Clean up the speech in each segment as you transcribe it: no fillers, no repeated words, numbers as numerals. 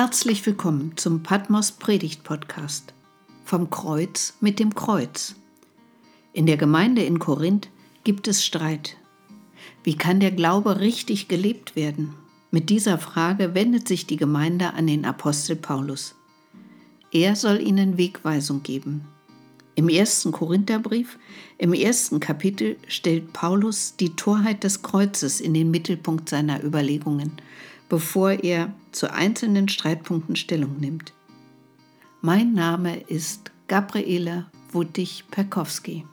Herzlich willkommen zum Patmos Predigt Podcast. Vom Kreuz mit dem Kreuz. In der Gemeinde in Korinth gibt es Streit. Wie kann der Glaube richtig gelebt werden? Mit dieser Frage wendet sich die Gemeinde an den Apostel Paulus. Er soll ihnen Wegweisung geben. Im 1. Korintherbrief, im 1. Kapitel, stellt Paulus die Torheit des Kreuzes in den Mittelpunkt seiner Überlegungen, bevor er zu einzelnen Streitpunkten Stellung nimmt. Mein Name ist Gabriele Wuttig-Perkowski.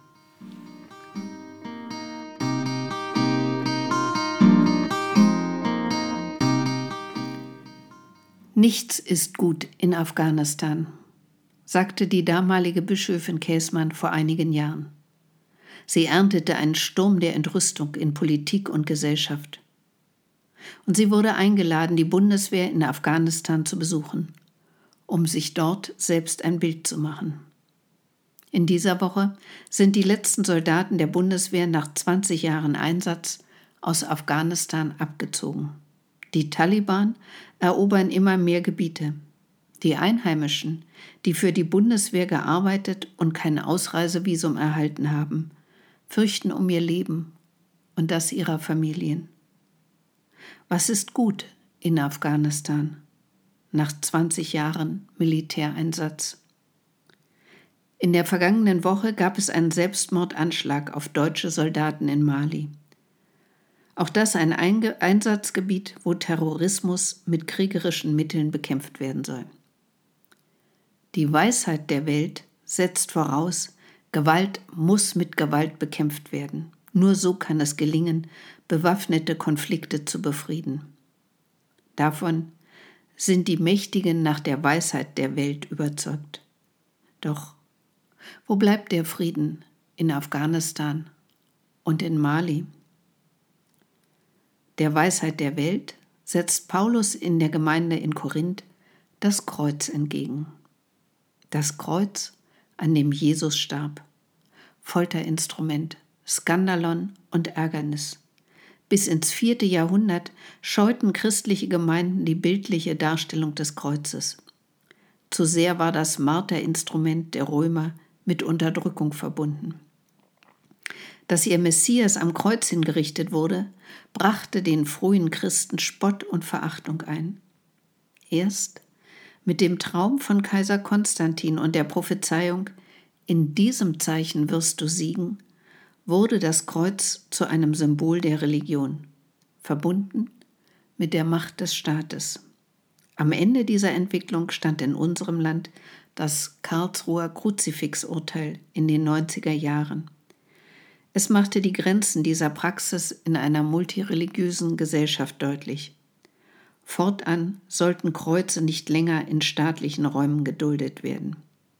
Nichts ist gut in Afghanistan, sagte die damalige Bischöfin Käßmann vor einigen Jahren. Sie erntete einen Sturm der Entrüstung in Politik und Gesellschaft. Und sie wurde eingeladen, die Bundeswehr in Afghanistan zu besuchen, um sich dort selbst ein Bild zu machen. In dieser Woche sind die letzten Soldaten der Bundeswehr nach 20 Jahren Einsatz aus Afghanistan abgezogen. Die Taliban erobern immer mehr Gebiete. Die Einheimischen, die für die Bundeswehr gearbeitet und kein Ausreisevisum erhalten haben, fürchten um ihr Leben und das ihrer Familien. Was ist gut in Afghanistan nach 20 Jahren Militäreinsatz? In der vergangenen Woche gab es einen Selbstmordanschlag auf deutsche Soldaten in Mali. Auch das ein Einsatzgebiet, wo Terrorismus mit kriegerischen Mitteln bekämpft werden soll. Die Weisheit der Welt setzt voraus, Gewalt muss mit Gewalt bekämpft werden. Nur so kann es gelingen, bewaffnete Konflikte zu befrieden. Davon sind die Mächtigen nach der Weisheit der Welt überzeugt. Doch wo bleibt der Frieden in Afghanistan und in Mali? Der Weisheit der Welt setzt Paulus in der Gemeinde in Korinth das Kreuz entgegen. Das Kreuz, an dem Jesus starb. Folterinstrument, Skandalon und Ärgernis. Bis ins 4. Jahrhundert scheuten christliche Gemeinden die bildliche Darstellung des Kreuzes. Zu sehr war das Marterinstrument der Römer mit Unterdrückung verbunden. Dass ihr Messias am Kreuz hingerichtet wurde, brachte den frühen Christen Spott und Verachtung ein. Erst mit dem Traum von Kaiser Konstantin und der Prophezeiung, in diesem Zeichen wirst du siegen, wurde das Kreuz zu einem Symbol der Religion, verbunden mit der Macht des Staates. Am Ende dieser Entwicklung stand in unserem Land das Karlsruher Kruzifixurteil in den 90er Jahren. Es machte die Grenzen dieser Praxis in einer multireligiösen Gesellschaft deutlich. Fortan sollten Kreuze nicht länger in staatlichen Räumen geduldet werden.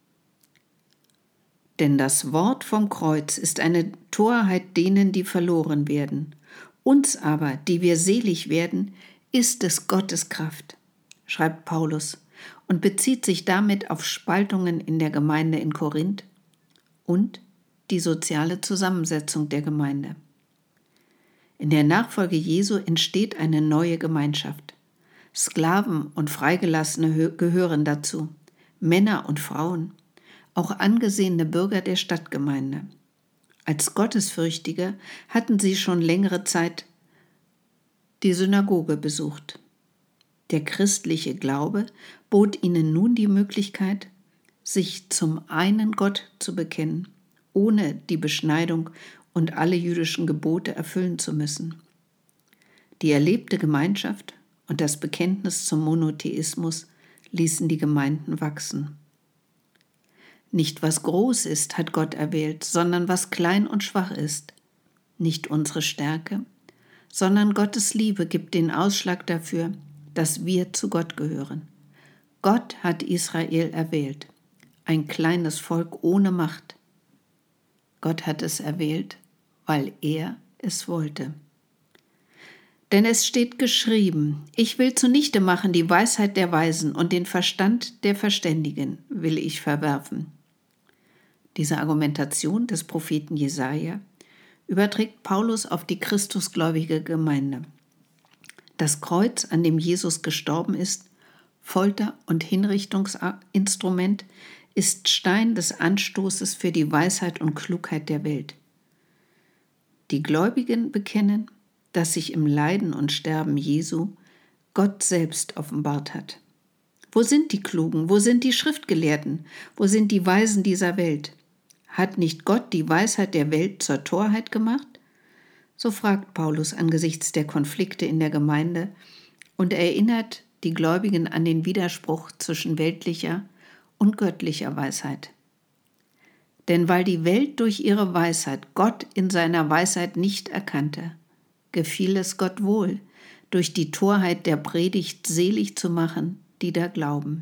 Denn das Wort vom Kreuz ist eine Torheit denen, die verloren werden. Uns aber, die wir selig werden, ist es Gottes Kraft, schreibt Paulus und bezieht sich damit auf Spaltungen in der Gemeinde in Korinth und die soziale Zusammensetzung der Gemeinde. In der Nachfolge Jesu entsteht eine neue Gemeinschaft. Sklaven und Freigelassene gehören dazu, Männer und Frauen, auch angesehene Bürger der Stadtgemeinde. Als Gottesfürchtige hatten sie schon längere Zeit die Synagoge besucht. Der christliche Glaube bot ihnen nun die Möglichkeit, sich zum einen Gott zu bekennen, ohne die Beschneidung und alle jüdischen Gebote erfüllen zu müssen. Die erlebte Gemeinschaft und das Bekenntnis zum Monotheismus ließen die Gemeinden wachsen. Nicht was groß ist, hat Gott erwählt, sondern was klein und schwach ist. Nicht unsere Stärke, sondern Gottes Liebe gibt den Ausschlag dafür, dass wir zu Gott gehören. Gott hat Israel erwählt, ein kleines Volk ohne Macht. Gott hat es erwählt, weil er es wollte. Denn es steht geschrieben, ich will zunichte machen die Weisheit der Weisen und den Verstand der Verständigen will ich verwerfen. Diese Argumentation des Propheten Jesaja überträgt Paulus auf die christusgläubige Gemeinde. Das Kreuz, an dem Jesus gestorben ist, Folter- und Hinrichtungsinstrument, ist Stein des Anstoßes für die Weisheit und Klugheit der Welt. Die Gläubigen bekennen, dass sich im Leiden und Sterben Jesu Gott selbst offenbart hat. Wo sind die Klugen? Wo sind die Schriftgelehrten? Wo sind die Weisen dieser Welt? Hat nicht Gott die Weisheit der Welt zur Torheit gemacht? So fragt Paulus angesichts der Konflikte in der Gemeinde und erinnert die Gläubigen an den Widerspruch zwischen weltlicher und göttlicher Weisheit. Denn weil die Welt durch ihre Weisheit Gott in seiner Weisheit nicht erkannte, gefiel es Gott wohl, durch die Torheit der Predigt selig zu machen, die da glauben.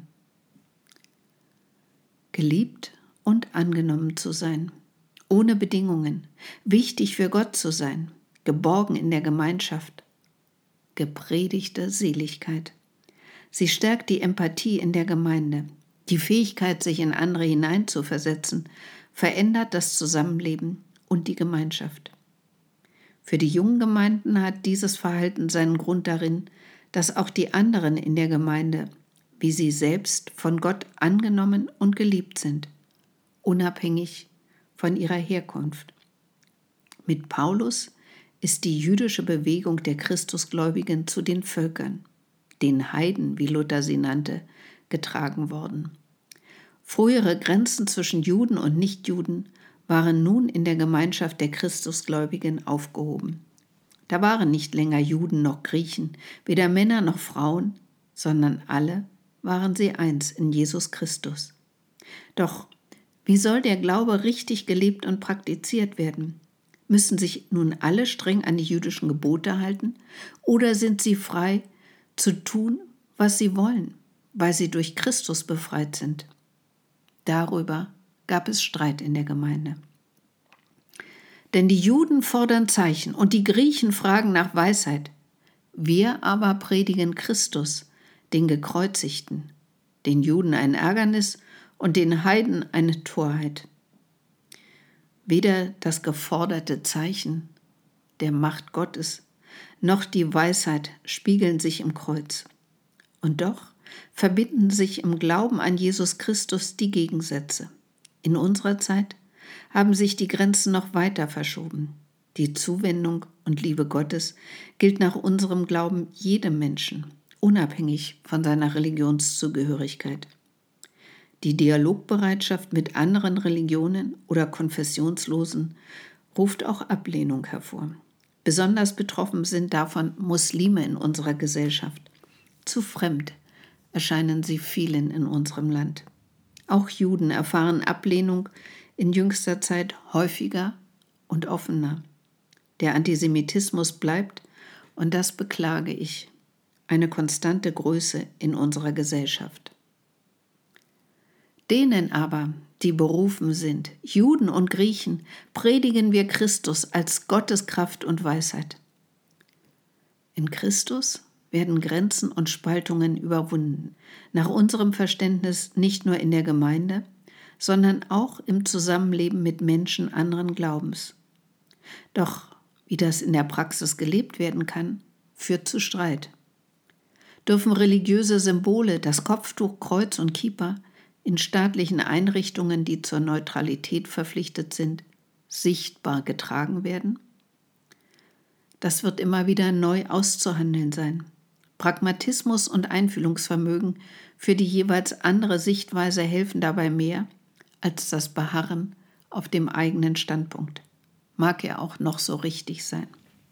Geliebt und angenommen zu sein, ohne Bedingungen, wichtig für Gott zu sein, geborgen in der Gemeinschaft, gepredigte Seligkeit. Sie stärkt die Empathie in der Gemeinde, die Fähigkeit, sich in andere hineinzuversetzen, verändert das Zusammenleben und die Gemeinschaft. Für die jungen Gemeinden hat dieses Verhalten seinen Grund darin, dass auch die anderen in der Gemeinde, wie sie selbst, von Gott angenommen und geliebt sind, unabhängig von ihrer Herkunft. Mit Paulus ist die jüdische Bewegung der Christusgläubigen zu den Völkern, den Heiden, wie Luther sie nannte, getragen worden. Frühere Grenzen zwischen Juden und Nichtjuden waren nun in der Gemeinschaft der Christusgläubigen aufgehoben. Da waren nicht länger Juden noch Griechen, weder Männer noch Frauen, sondern alle waren sie eins in Jesus Christus. Doch wie soll der Glaube richtig gelebt und praktiziert werden? Müssen sich nun alle streng an die jüdischen Gebote halten oder sind sie frei zu tun, was sie wollen, weil sie durch Christus befreit sind? Darüber gab es Streit in der Gemeinde. Denn die Juden fordern Zeichen und die Griechen fragen nach Weisheit. Wir aber predigen Christus, den Gekreuzigten, den Juden ein Ärgernis und den Heiden eine Torheit. Weder das geforderte Zeichen der Macht Gottes noch die Weisheit spiegeln sich im Kreuz. Und doch verbinden sich im Glauben an Jesus Christus die Gegensätze. In unserer Zeit haben sich die Grenzen noch weiter verschoben. Die Zuwendung und Liebe Gottes gilt nach unserem Glauben jedem Menschen, unabhängig von seiner Religionszugehörigkeit. Die Dialogbereitschaft mit anderen Religionen oder Konfessionslosen ruft auch Ablehnung hervor. Besonders betroffen sind davon Muslime in unserer Gesellschaft. Zu fremd erscheinen sie vielen in unserem Land. Auch Juden erfahren Ablehnung in jüngster Zeit häufiger und offener. Der Antisemitismus bleibt, und das beklage ich, eine konstante Größe in unserer Gesellschaft. Denen aber, die berufen sind, Juden und Griechen, predigen wir Christus als Gottes Kraft und Weisheit. In Christus werden Grenzen und Spaltungen überwunden, nach unserem Verständnis nicht nur in der Gemeinde, sondern auch im Zusammenleben mit Menschen anderen Glaubens. Doch wie das in der Praxis gelebt werden kann, führt zu Streit. Dürfen religiöse Symbole, das Kopftuch, Kreuz und Kippa, in staatlichen Einrichtungen, die zur Neutralität verpflichtet sind, sichtbar getragen werden? Das wird immer wieder neu auszuhandeln sein. Pragmatismus und Einfühlungsvermögen für die jeweils andere Sichtweise helfen dabei mehr als das Beharren auf dem eigenen Standpunkt. Mag er auch noch so richtig sein.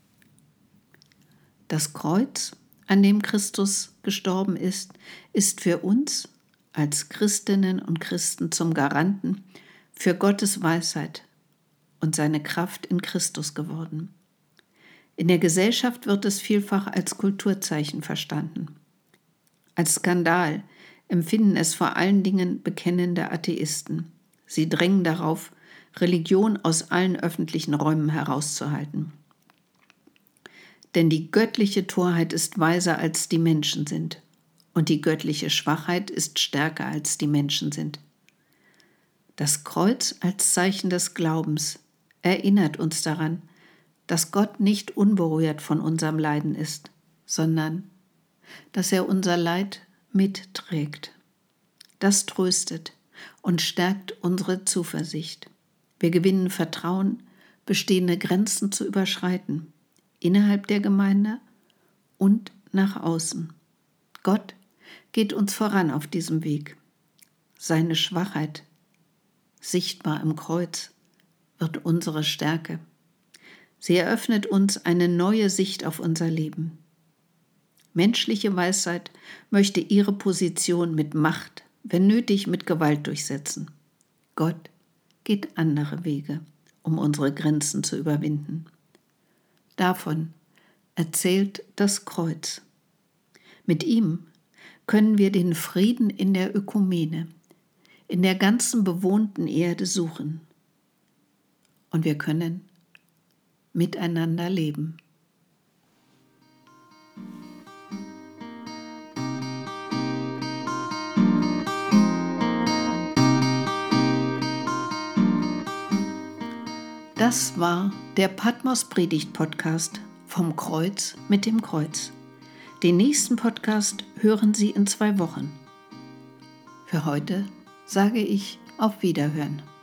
Das Kreuz, an dem Christus gestorben ist für uns als Christinnen und Christen zum Garanten für Gottes Weisheit und seine Kraft in Christus geworden. In der Gesellschaft wird es vielfach als Kulturzeichen verstanden. Als Skandal empfinden es vor allen Dingen bekennende Atheisten. Sie drängen darauf, Religion aus allen öffentlichen Räumen herauszuhalten. Denn die göttliche Torheit ist weiser als die Menschen sind, und die göttliche Schwachheit ist stärker als die Menschen sind. Das Kreuz als Zeichen des Glaubens erinnert uns daran, dass Gott nicht unberührt von unserem Leiden ist, sondern dass er unser Leid mitträgt. Das tröstet und stärkt unsere Zuversicht. Wir gewinnen Vertrauen, bestehende Grenzen zu überschreiten, innerhalb der Gemeinde und nach außen. Gott geht uns voran auf diesem Weg. Seine Schwachheit, sichtbar im Kreuz, wird unsere Stärke. Sie eröffnet uns eine neue Sicht auf unser Leben. Menschliche Weisheit möchte ihre Position mit Macht, wenn nötig mit Gewalt durchsetzen. Gott geht andere Wege, um unsere Grenzen zu überwinden. Davon erzählt das Kreuz. Mit ihm können wir den Frieden in der Ökumene, in der ganzen bewohnten Erde suchen. Und wir können miteinander leben. Das war der Patmos-Predigt-Podcast vom Kreuz mit dem Kreuz. Den nächsten Podcast hören Sie in 2 Wochen. Für heute sage ich auf Wiederhören.